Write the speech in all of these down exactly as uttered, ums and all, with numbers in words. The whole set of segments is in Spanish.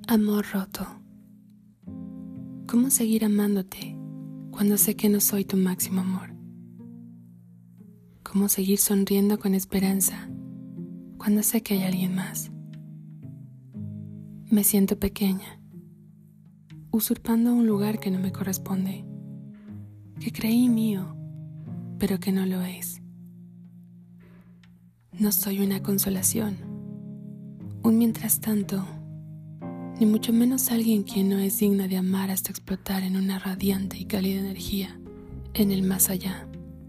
Amor roto. ¿Cómo seguir amándote cuando sé que no soy tu máximo amor? ¿Cómo seguir sonriendo con esperanza cuando sé que hay alguien más? Me siento pequeña, usurpando un lugar que no me corresponde, que creí mío, pero que no lo es. No soy una consolación, un mientras tanto, ni mucho menos alguien quien no es digna de amar hasta explotar en una radiante y cálida energía en el más allá.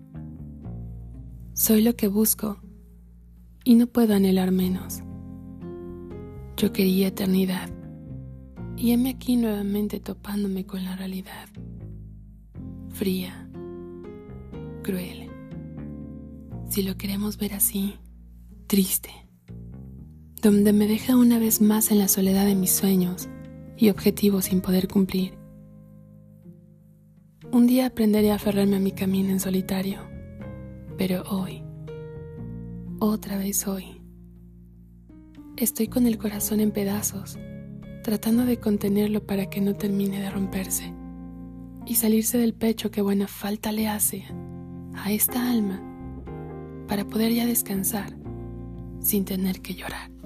Soy lo que busco y no puedo anhelar menos. Yo quería eternidad y heme aquí nuevamente topándome con la realidad. Fría, cruel, si lo queremos ver así, triste, donde me deja una vez más en la soledad de mis sueños y objetivos sin poder cumplir. Un día aprenderé a aferrarme a mi camino en solitario, pero hoy, otra vez hoy, estoy con el corazón en pedazos, tratando de contenerlo para que no termine de romperse y salirse del pecho que buena falta le hace a esta alma para poder ya descansar sin tener que llorar.